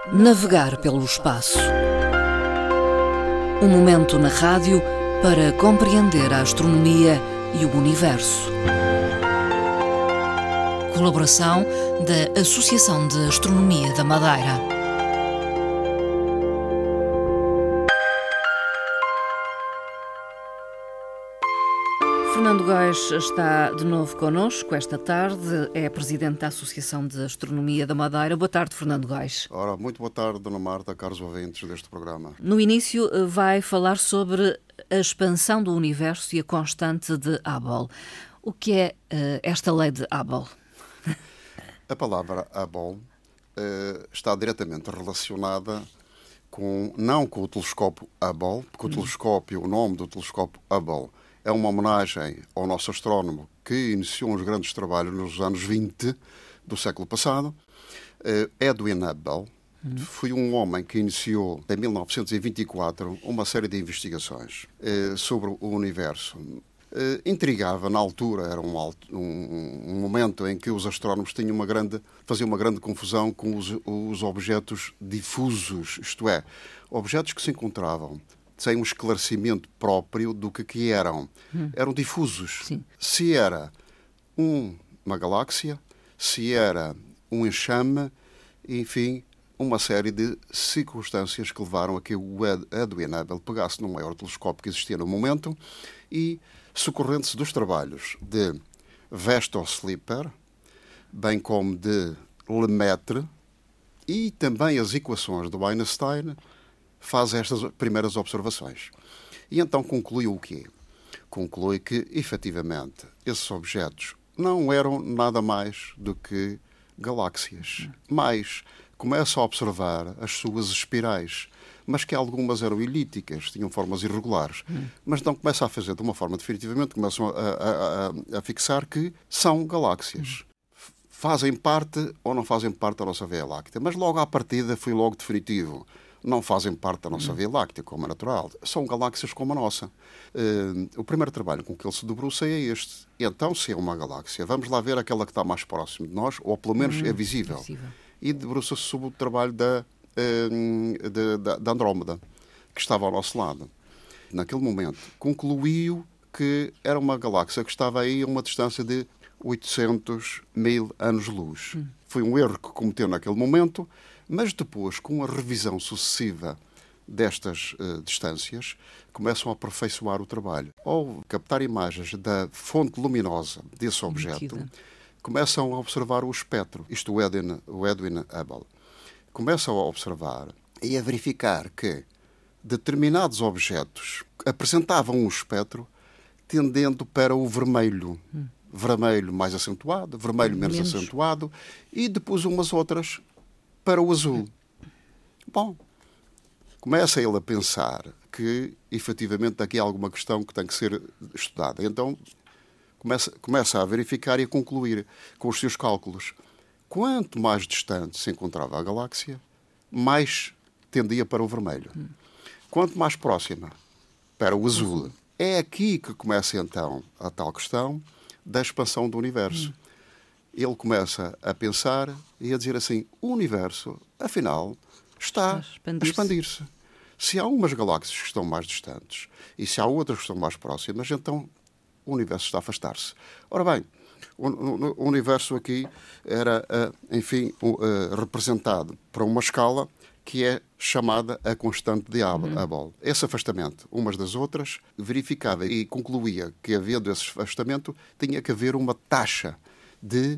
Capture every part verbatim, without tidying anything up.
Navegar pelo espaço. Um momento na rádio para compreender a astronomia e o universo. Colaboração da Associação de Astronomia da Madeira. Fernando Góis está de novo connosco esta tarde, é presidente da Associação de Astronomia da Madeira. Boa tarde, Fernando Góis. Ora, muito boa tarde, Dona Marta, caros ouvintes deste programa. No início vai falar sobre a expansão do universo e a constante de Hubble. O que é uh, esta lei de Hubble? A palavra Hubble uh, está diretamente relacionada com, não com o telescópio Hubble, porque o hum. telescópio, o nome do telescópio Hubble é uma homenagem ao nosso astrónomo que iniciou os grandes trabalhos nos anos vinte do século passado, Edwin Hubble. Uhum. Foi um homem que iniciou, em mil novecentos e vinte e quatro, uma série de investigações eh, sobre o universo. Eh, intrigava, na altura, era um, alto, um, um momento em que os astrónomos tinham uma grande, faziam uma grande confusão com os, os objetos difusos, isto é, objetos que se encontravam sem um esclarecimento próprio do que, que eram. Hum. Eram difusos. Sim. Se era um, uma galáxia, se era um enxame, enfim, uma série de circunstâncias que levaram a que o Edwin Hubble pegasse no maior telescópio que existia no momento e, socorrendo-se dos trabalhos de Vesto Slipper, bem como de Lemaitre e também as equações do Einstein, faz estas primeiras observações. E então concluiu o quê? Conclui que, efetivamente, esses objetos não eram nada mais do que galáxias. Mas começa a observar as suas espirais, mas que algumas eram elípticas, tinham formas irregulares. Hum. Mas então começa a fazer de uma forma definitivamente, começam a, a, a, a fixar que são galáxias. Hum. Fazem parte ou não fazem parte da nossa Via Láctea. Mas logo à partida foi logo definitivo. Não fazem parte da nossa Via Láctea, como é natural. São galáxias como a nossa. Uh, o primeiro trabalho com que ele se debruça é este. Então, se é uma galáxia, vamos lá ver aquela que está mais próximo de nós, ou pelo menos hum, é visível. visível. E debruça-se sobre o trabalho da, uh, de, da, da Andrómeda, que estava ao nosso lado. Naquele momento, concluiu que era uma galáxia que estava aí a uma distância de oitocentos mil anos-luz. Hum. Foi um erro que cometeu naquele momento, mas depois, com a revisão sucessiva destas uh, distâncias, começam a aperfeiçoar o trabalho. Ao captar imagens da fonte luminosa desse objeto, Mentira. começam a observar o espectro, isto o Edwin, o Edwin Hubble. Começam a observar e a verificar que determinados objetos apresentavam um espectro tendendo para o vermelho. Hum. Vermelho mais acentuado, vermelho menos, menos acentuado, e depois umas outras para o azul. Bom, começa ele a pensar que, efetivamente, aqui há alguma questão que tem que ser estudada. Então, começa, começa a verificar e a concluir com os seus cálculos. Quanto mais distante se encontrava a galáxia, mais tendia para o vermelho. Quanto mais próxima, para o azul. É aqui que começa, então, a tal questão da expansão do universo. Hum. Ele começa a pensar e a dizer assim, o universo, afinal, está, está a expandir-se. expandir-se. Se há umas galáxias que estão mais distantes e se há outras que estão mais próximas, então o universo está a afastar-se. Ora bem, o, o, o universo aqui era, uh, enfim, uh, representado por uma escala que é chamada a constante de Hubble. Uhum. Esse afastamento, umas das outras, verificava e concluía que, havendo esse afastamento, tinha que haver uma taxa de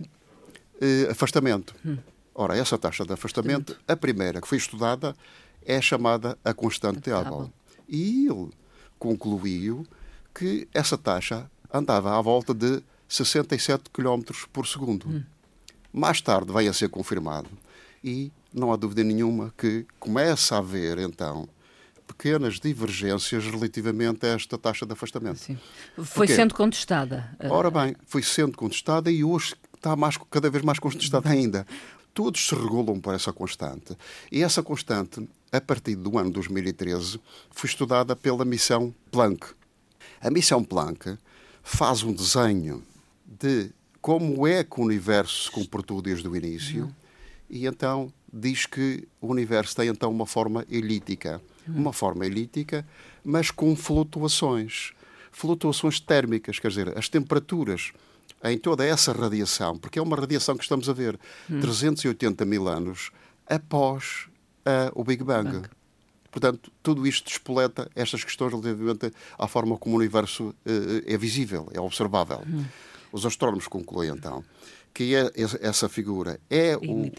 eh, afastamento. Uhum. Ora, essa taxa de afastamento, a primeira que foi estudada, é chamada a constante de Hubble. E ele concluiu que essa taxa andava à volta de sessenta e sete quilómetros por segundo. Uhum. Mais tarde vai a ser confirmado e não há dúvida nenhuma que começa a haver, então, pequenas divergências relativamente a esta taxa de afastamento. Sim. Foi sendo contestada. Ora bem, foi sendo contestada e hoje está mais, cada vez mais contestada ainda. Todos se regulam por essa constante. E essa constante, a partir do ano dois mil e treze, foi estudada pela missão Planck. A missão Planck faz um desenho de como é que o universo se comportou desde o início, uhum. e então diz que o universo tem então uma forma elíptica. Uma forma elíptica, mas com flutuações. Flutuações térmicas, quer dizer, as temperaturas em toda essa radiação, porque é uma radiação que estamos a ver hum. trezentos e oitenta mil anos após uh, o Big Bang. Bang. Portanto, tudo isto despoleta estas questões relativamente à forma como o universo uh, é visível, é observável. Hum. Os astrónomos concluem, então, que é, essa figura é o,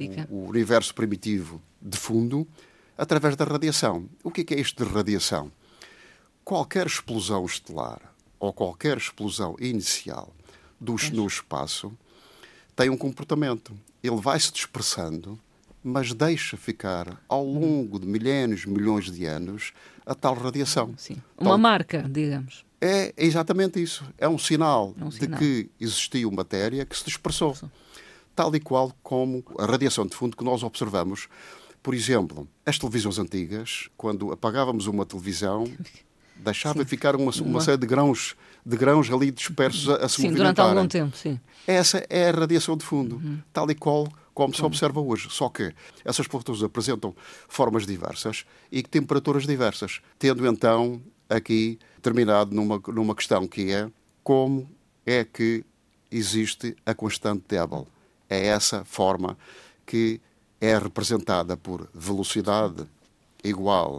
o universo primitivo de fundo através da radiação. O que é, é isto de radiação? Qualquer explosão estelar ou qualquer explosão inicial do, no espaço tem um comportamento. Ele vai se dispersando, mas deixa ficar ao longo de milénios, milhões de anos, a tal radiação. Sim. Uma tal... marca, digamos. É exatamente isso. É um sinal, é um sinal de que existiu matéria que se dispersou. Sim. Tal e qual como a radiação de fundo que nós observamos. Por exemplo, as televisões antigas, quando apagávamos uma televisão, deixava sim. ficar uma, uma série de grãos, de grãos ali dispersos a, a se sim, movimentarem. Durante algum tempo, sim. Essa é a radiação de fundo, uhum. tal e qual como se observa hoje. Só que essas flutuações apresentam formas diversas e temperaturas diversas, tendo então aqui terminado numa, numa questão que é como é que existe a constante de Hubble. É essa forma que é representada por velocidade igual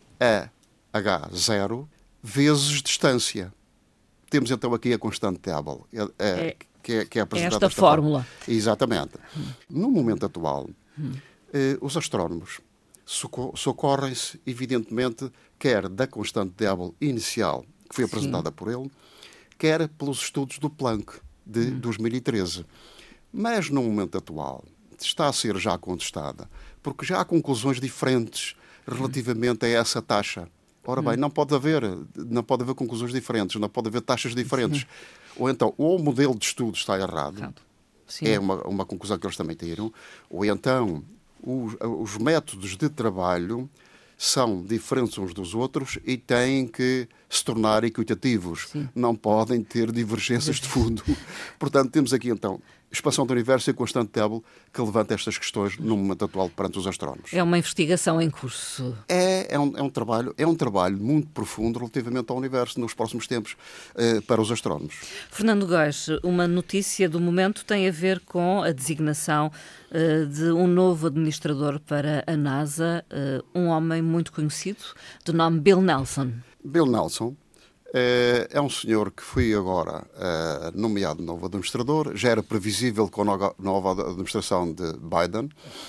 a H zero vezes distância. Temos então aqui a constante de Hubble, é, é, que, é, que é apresentada esta fórmula. Forma. Exatamente. Hum. No momento atual, hum. eh, os astrónomos socor- socorrem-se, evidentemente, quer da constante de Hubble inicial, que foi apresentada Sim. por ele, quer pelos estudos do Planck, de hum. dois mil e treze. Mas, no momento atual, está a ser já contestada, porque já há conclusões diferentes relativamente a essa taxa. Ora bem, não pode haver, não pode haver conclusões diferentes, não pode haver taxas diferentes. Sim. Ou então, ou o modelo de estudo está errado, é uma, uma conclusão que eles também tiram, ou então os, os métodos de trabalho são diferentes uns dos outros e têm que se tornar equitativos. Sim. Não podem ter divergências de fundo. Portanto, temos aqui então expansão do universo e constante de Hubble que levanta estas questões no momento atual perante os astrónomos. É uma investigação em curso. É, é, um, é, um, trabalho, é um trabalho muito profundo relativamente ao universo nos próximos tempos eh, para os astrónomos. Fernando Góes, uma notícia do momento tem a ver com a designação eh, de um novo administrador para a NASA, eh, um homem muito conhecido, de nome Bill Nelson. Bill Nelson é um senhor que foi agora uh, nomeado novo administrador, já era previsível com a nova administração de Biden,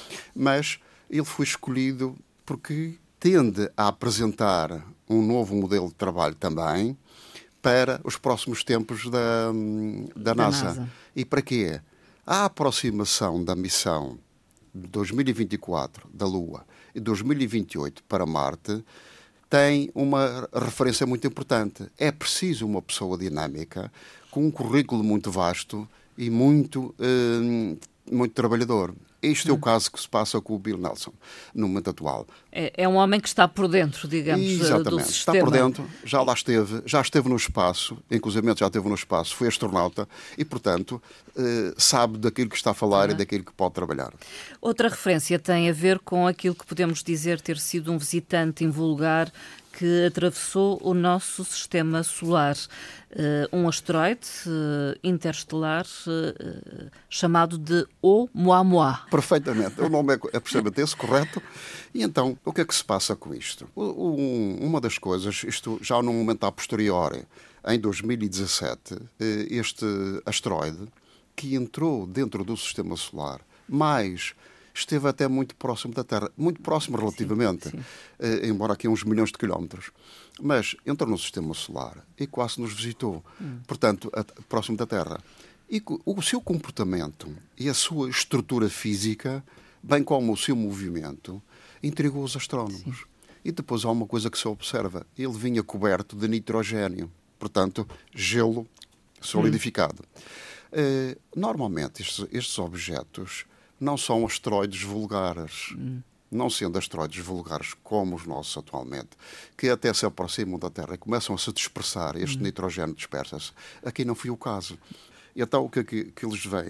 mas ele foi escolhido porque tende a apresentar um novo modelo de trabalho também para os próximos tempos da, da, da NASA. NASA. E para quê? A aproximação da missão de dois mil e vinte e quatro da Lua e dois mil e vinte e oito para Marte tem uma referência muito importante. É preciso uma pessoa dinâmica, com um currículo muito vasto e muito, eh, muito trabalhador. Este é o caso que se passa com o Bill Nelson, no momento atual. É, é um homem que está por dentro, digamos, Exatamente. do sistema. Está por dentro, já lá esteve, já esteve no espaço, inclusive já esteve no espaço, foi astronauta e, portanto, eh, sabe daquilo que está a falar ah. e daquilo que pode trabalhar. Outra referência tem a ver com aquilo que podemos dizer ter sido um visitante invulgar que atravessou o nosso sistema solar. Uh, um asteroide uh, interestelar uh, chamado de Oumuamua. Perfeitamente. O nome é, é precisamente esse, correto. E então, o que é que se passa com isto? Um, uma das coisas, isto já num momento a posteriori, em dois mil e dezassete, este asteroide que entrou dentro do sistema solar, mas esteve até muito próximo da Terra, muito próximo relativamente, sim, sim. Eh, embora aqui a uns milhões de quilómetros, mas entrou no sistema solar e quase nos visitou, hum. portanto, a, próximo da Terra. E o seu comportamento e a sua estrutura física, bem como o seu movimento, intrigou os astrónomos. Sim. E depois há uma coisa que se observa, ele vinha coberto de nitrogênio, portanto, gelo solidificado. Hum. Eh, normalmente, estes, estes objetos não são asteroides vulgares, hum. não sendo asteroides vulgares como os nossos atualmente, que até se aproximam da Terra e começam a se dispersar, este hum. nitrogênio dispersa-se. Aqui não foi o caso. E então o que, que, que eles veem?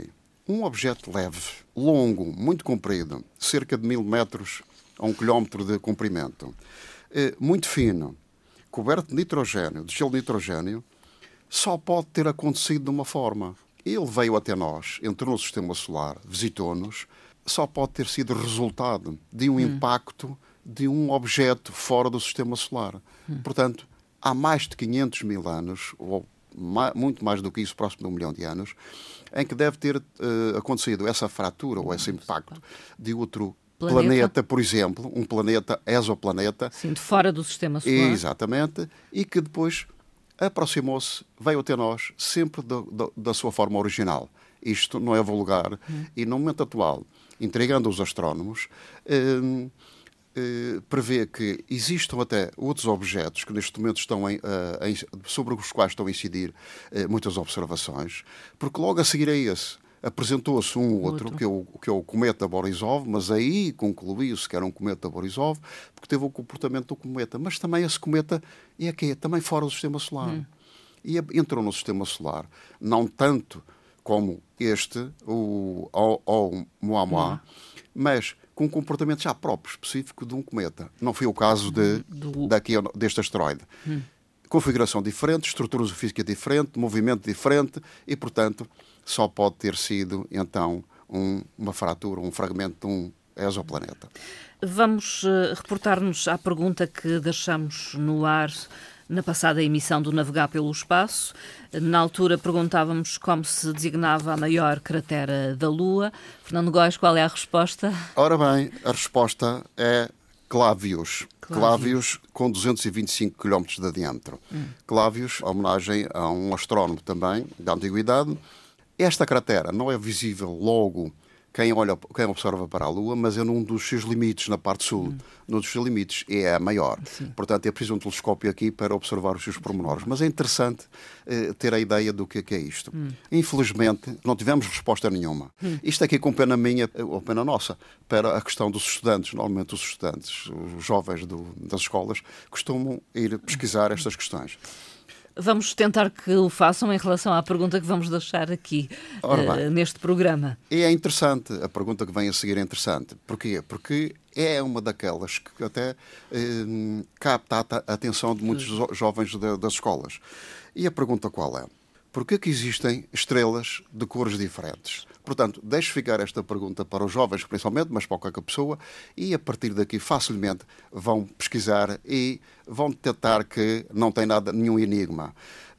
um objeto leve, longo, muito comprido, cerca de mil metros a um quilómetro de comprimento, muito fino, coberto de nitrogênio, de gelo de nitrogênio, só pode ter acontecido de uma forma. Ele veio até nós, entrou no sistema solar, visitou-nos, só pode ter sido resultado de um hum. impacto de um objeto fora do sistema solar. Hum. Portanto, há mais de quinhentos mil anos, ou muito mais do que isso, próximo de um milhão de anos, em que deve ter uh, acontecido essa fratura ou esse impacto de outro planeta, planeta por exemplo, um planeta exoplaneta. Sim, de fora do sistema solar. Exatamente, e que depois aproximou-se, veio até nós, sempre do, do, da sua forma original. Isto não é vulgar. Hum. E no momento atual, intrigando os astrónomos, eh, eh, prevê que existam até outros objetos que neste momento estão em, uh, em, sobre os quais estão a incidir uh, muitas observações, porque logo a seguir a esse apresentou-se um outro, outro. Que, é o, que é o cometa Borisov, mas aí concluiu-se que era um cometa Borisov, porque teve o comportamento do cometa. Mas também esse cometa é que é também fora do sistema solar. Hum. E entrou no sistema solar, não tanto como este, o Oumuamua, hum. mas com um comportamento já próprio, específico de um cometa. Não foi o caso de, do... daqui, deste asteroide. Hum. Configuração diferente, estrutura física diferente, movimento diferente e, portanto, só pode ter sido, então, um, uma fratura, um fragmento de um exoplaneta. Vamos uh, reportar-nos à pergunta que deixamos no ar na passada emissão do Navegar pelo Espaço. Na altura perguntávamos como se designava a maior cratera da Lua. Fernando Góes, qual é a resposta? Ora bem, a resposta é Clavius. Clavius, com duzentos e vinte e cinco quilómetros de diâmetro. Hum. Clavius, homenagem a um astrónomo também da antiguidade. Esta cratera não é visível logo quem, olha, quem observa para a Lua, mas é num dos seus limites, na parte sul. Hum. Num dos seus limites é a maior. Sim. Portanto, é preciso um telescópio aqui para observar os seus pormenores. Mas é interessante eh, ter a ideia do que é, que é isto. Hum. Infelizmente, não tivemos resposta nenhuma. Hum. Isto aqui com pena minha, ou pena nossa, para a questão dos estudantes. Normalmente os estudantes, os jovens do, das escolas, costumam ir pesquisar estas questões. Vamos tentar que o façam em relação à pergunta que vamos deixar aqui uh, neste programa. E é interessante, a pergunta que vem a seguir é interessante. Porquê? Porque é uma daquelas que até uh, capta a atenção de muitos jo- jovens de, das escolas. E a pergunta qual é? Porquê que existem estrelas de cores diferentes? Portanto, deixo ficar esta pergunta para os jovens, principalmente, mas para qualquer pessoa, e a partir daqui facilmente vão pesquisar e vão detectar que não tem nada, nenhum enigma.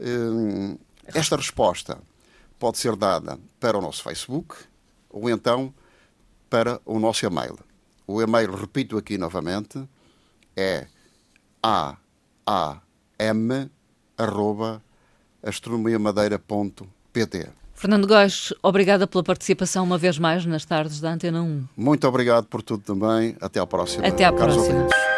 Esta resposta pode ser dada para o nosso Facebook ou então para o nosso e-mail. O e-mail, repito aqui novamente, é a a m arroba astronomiamadeira ponto p t. Fernando Góes, obrigada pela participação uma vez mais nas tardes da Antena um. Muito obrigado por tudo também. Até à próxima. Até à próxima.